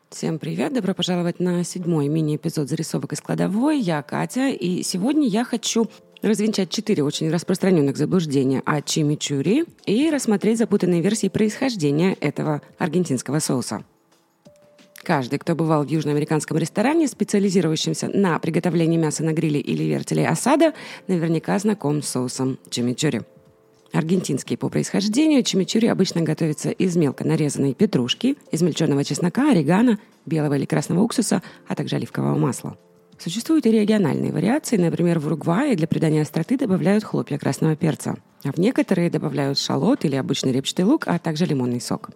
Всем привет! Добро пожаловать на 7-й мини-эпизод зарисовок из кладовой. Я Катя, и сегодня я хочу развенчать 4 очень распространенных заблуждения о чимичурри и рассмотреть запутанные версии происхождения этого аргентинского соуса. Каждый, кто бывал в южноамериканском ресторане, специализирующемся на приготовлении мяса на гриле или вертеле асадо, наверняка знаком с соусом чимичурри. Аргентинский по происхождению, чимичурри обычно готовится из мелко нарезанной петрушки, измельченного чеснока, орегано, белого или красного уксуса, а также оливкового масла. Существуют и региональные вариации, например, в Уругвае для придания остроты добавляют хлопья красного перца, а в некоторые добавляют шалот или обычный репчатый лук, а также лимонный сок.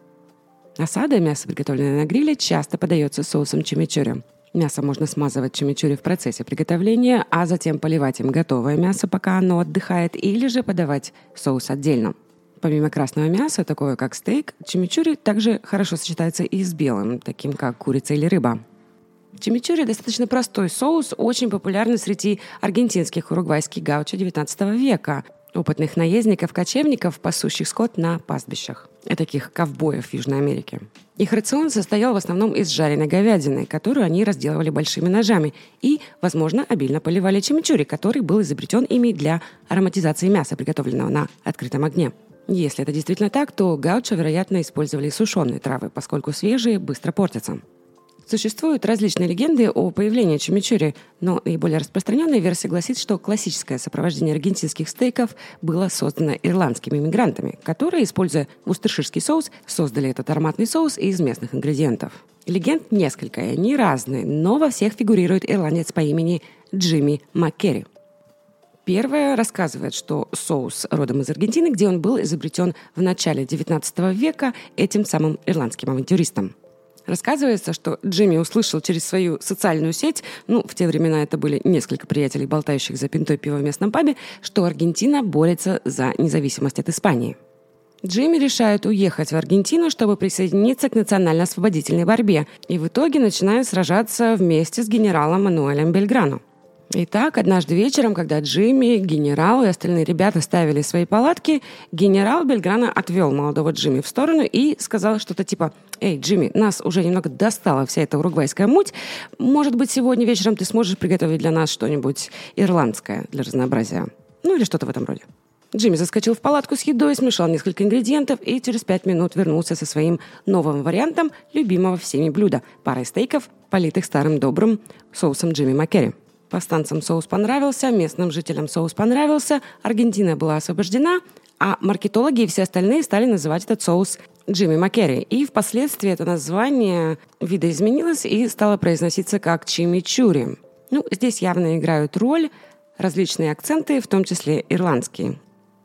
Асадо, мясо, приготовленное на гриле, часто подается соусом чимичурри. Мясо можно смазывать чимичурри в процессе приготовления, а затем поливать им готовое мясо, пока оно отдыхает, или же подавать соус отдельно. Помимо красного мяса, такое как стейк, чимичурри также хорошо сочетается и с белым, таким как курица или рыба. Чимичурри достаточно простой соус, очень популярный среди аргентинских и уругвайских гаучо XIX века, опытных наездников-кочевников, пасущих скот на пастбищах, таких ковбоев в Южной Америке. Их рацион состоял в основном из жареной говядины, которую они разделывали большими ножами, и, возможно, обильно поливали чимичурри, который был изобретен ими для ароматизации мяса, приготовленного на открытом огне. Если это действительно так, то гаучо, вероятно, использовали сушеные травы, поскольку свежие быстро портятся. Существуют различные легенды о появлении чимичурри, но наиболее распространенная версия гласит, что классическое сопровождение аргентинских стейков было создано ирландскими мигрантами, которые, используя вустерширский соус, создали этот ароматный соус из местных ингредиентов. Легенд несколько, и они разные, но во всех фигурирует ирландец по имени Джимми Маккерри. Первая рассказывает, что соус родом из Аргентины, где он был изобретен в начале XIX века этим самым ирландским авантюристом. Рассказывается, что Джимми услышал через свою социальную сеть, в те времена это были несколько приятелей, болтающих за пинтой пива в местном пабе, что Аргентина борется за независимость от Испании. Джимми решает уехать в Аргентину, чтобы присоединиться к национально-освободительной борьбе, и в итоге начинает сражаться вместе с генералом Мануэлем Бельграно. Итак, однажды вечером, когда Джимми, генерал и остальные ребята ставили свои палатки, генерал Бельграно отвел молодого Джимми в сторону и сказал что-то типа: «Эй, Джимми, нас уже немного достала вся эта уругвайская муть. Может быть, сегодня вечером ты сможешь приготовить для нас что-нибудь ирландское для разнообразия?» Или что-то в этом роде. Джимми заскочил в палатку с едой, смешал несколько ингредиентов и через 5 минут вернулся со своим новым вариантом любимого всеми блюда – парой стейков, политых старым добрым соусом Джимми Маккерри. Повстанцам соус понравился, местным жителям соус понравился, Аргентина была освобождена, а маркетологи и все остальные стали называть этот соус Джимми Маккерри. И впоследствии это название видоизменилось и стало произноситься как чимичурри. Здесь явно играют роль различные акценты, в том числе ирландские.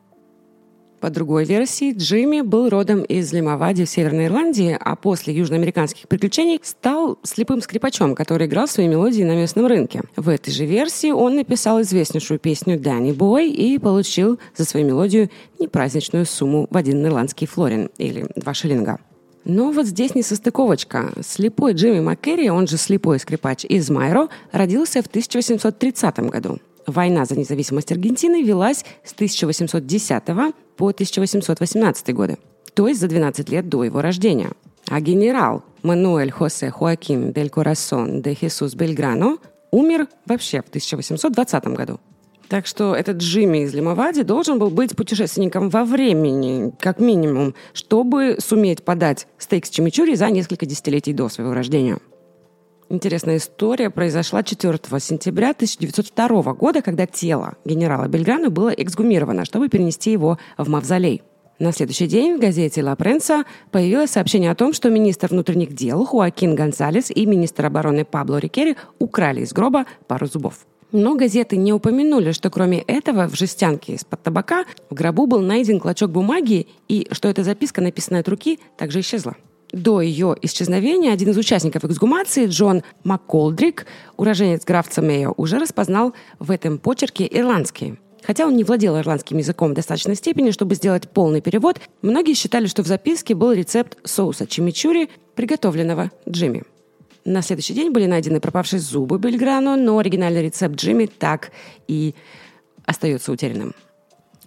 По другой версии, Джимми был родом из Лимавади в Северной Ирландии, а после южноамериканских приключений стал слепым скрипачом, который играл свои мелодии на местном рынке. В этой же версии он написал известнейшую песню «Danny Boy» и получил за свою мелодию непраздничную сумму в 1 ирландский флорин, или 2 шиллинга. Но вот здесь несостыковочка. Слепой Джимми Маккерри, он же слепой скрипач из Майро, родился в 1830 году. Война за независимость Аргентины велась с 1810 по 1818 годы, то есть за 12 лет до его рождения. А генерал Мануэль Хосе Хоакин дель Корасон де Хесус Бельграно умер вообще в 1820 году. Так что этот Джимми из Лимавади должен был быть путешественником во времени, как минимум, чтобы суметь подать стейк с чимичурри за несколько десятилетий до своего рождения. Интересная история произошла 4 сентября 1902 года, когда тело генерала Бельграно было эксгумировано, чтобы перенести его в мавзолей. На следующий день в газете «Ла Пренса» появилось сообщение о том, что министр внутренних дел Хуакин Гонсалес и министр обороны Пабло Рикери украли из гроба пару зубов. Но газеты не упомянули, что кроме этого в жестянке из-под табака в гробу был найден клочок бумаги и что эта записка, написанная от руки, также исчезла. До ее исчезновения один из участников эксгумации, Джон МакКолдрик, уроженец графства Мэйо, уже распознал в этом почерке ирландский. Хотя он не владел ирландским языком в достаточной степени, чтобы сделать полный перевод, многие считали, что в записке был рецепт соуса чимичурри, приготовленного Джимми. На следующий день были найдены пропавшие зубы Бельграно, но оригинальный рецепт Джимми так и остается утерянным.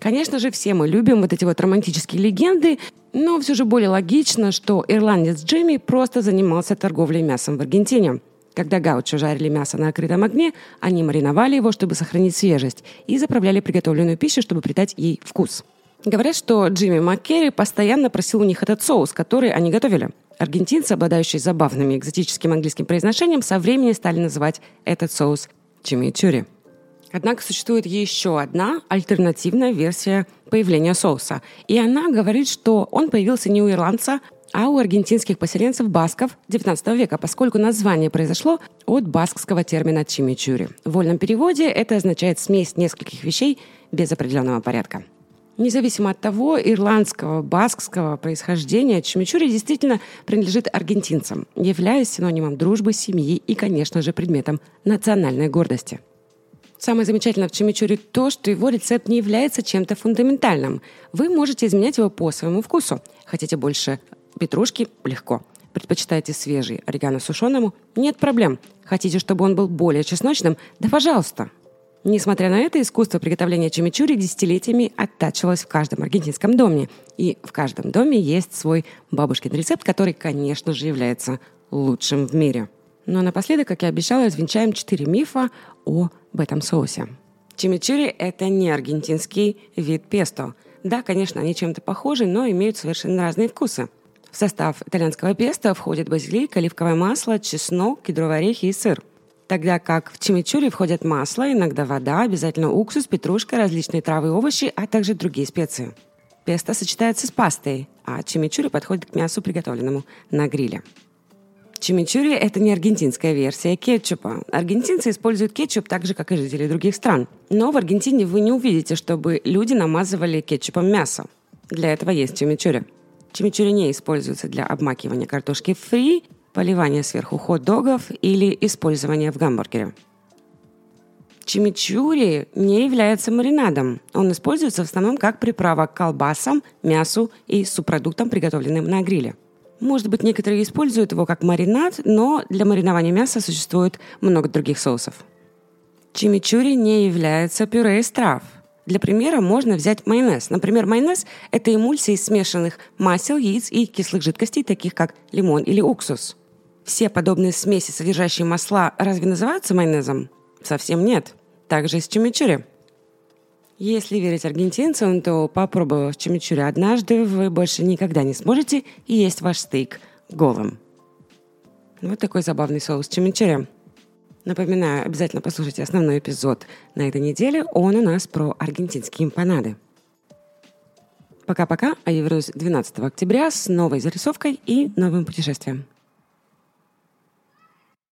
Конечно же, все мы любим вот эти вот романтические легенды, но все же более логично, что ирландец Джимми просто занимался торговлей мясом в Аргентине. Когда гаучо жарили мясо на открытом огне, они мариновали его, чтобы сохранить свежесть, и заправляли приготовленную пищу, чтобы придать ей вкус. Говорят, что Джимми МакКерри постоянно просил у них этот соус, который они готовили. Аргентинцы, обладающие забавным экзотическим английским произношением, со временем стали называть этот соус чимичурри. Однако существует еще одна альтернативная версия появления соуса. И она говорит, что он появился не у ирландца, а у аргентинских поселенцев басков XIX века, поскольку название произошло от баскского термина чимичурри. В вольном переводе это означает смесь нескольких вещей без определенного порядка. Независимо от того, ирландского, баскского происхождения, чимичурри действительно принадлежит аргентинцам, являясь синонимом дружбы, семьи и, конечно же, предметом национальной гордости. Самое замечательное в чимичурри то, что его рецепт не является чем-то фундаментальным. Вы можете изменять его по своему вкусу. Хотите больше петрушки – легко. Предпочитаете свежий орегано сушеному – нет проблем. Хотите, чтобы он был более чесночным – да пожалуйста. Несмотря на это, искусство приготовления чимичурри десятилетиями оттачивалось в каждом аргентинском доме. И в каждом доме есть свой бабушкин рецепт, который, конечно же, является лучшим в мире. Ну а напоследок, как я обещала, развенчаем 4 мифа об этом соусе. Чимичурри – это не аргентинский вид песто. Да, конечно, они чем-то похожи, но имеют совершенно разные вкусы. В состав итальянского песто входит базилик, оливковое масло, чеснок, кедровые орехи и сыр. Тогда как в чимичурри входят масло, иногда вода, обязательно уксус, петрушка, различные травы и овощи, а также другие специи. Песто сочетается с пастой, а чимичурри подходит к мясу, приготовленному на гриле. Чимичурри – это не аргентинская версия кетчупа. Аргентинцы используют кетчуп так же, как и жители других стран. Но в Аргентине вы не увидите, чтобы люди намазывали кетчупом мясо. Для этого есть чимичурри. Чимичурри не используется для обмакивания картошки фри, поливания сверху хот-догов или использования в гамбургере. Чимичурри не является маринадом. Он используется в основном как приправа к колбасам, мясу и субпродуктам, приготовленным на гриле. Может быть, некоторые используют его как маринад, но для маринования мяса существует много других соусов. Чимичурри не является пюре из трав. Для примера можно взять майонез. Например, майонез – это эмульсия из смешанных масел, яиц и кислых жидкостей, таких как лимон или уксус. Все подобные смеси, содержащие масла, разве называются майонезом? Совсем нет. Так же и с чимичурри. Если верить аргентинцам, то, попробовав чимичурри однажды, вы больше никогда не сможете есть ваш стейк голым. Вот такой забавный соус чимичурри. Напоминаю, обязательно послушайте основной эпизод на этой неделе. Он у нас про аргентинские эмпанады. Пока-пока, а я вернусь 12 октября с новой зарисовкой и новым путешествием.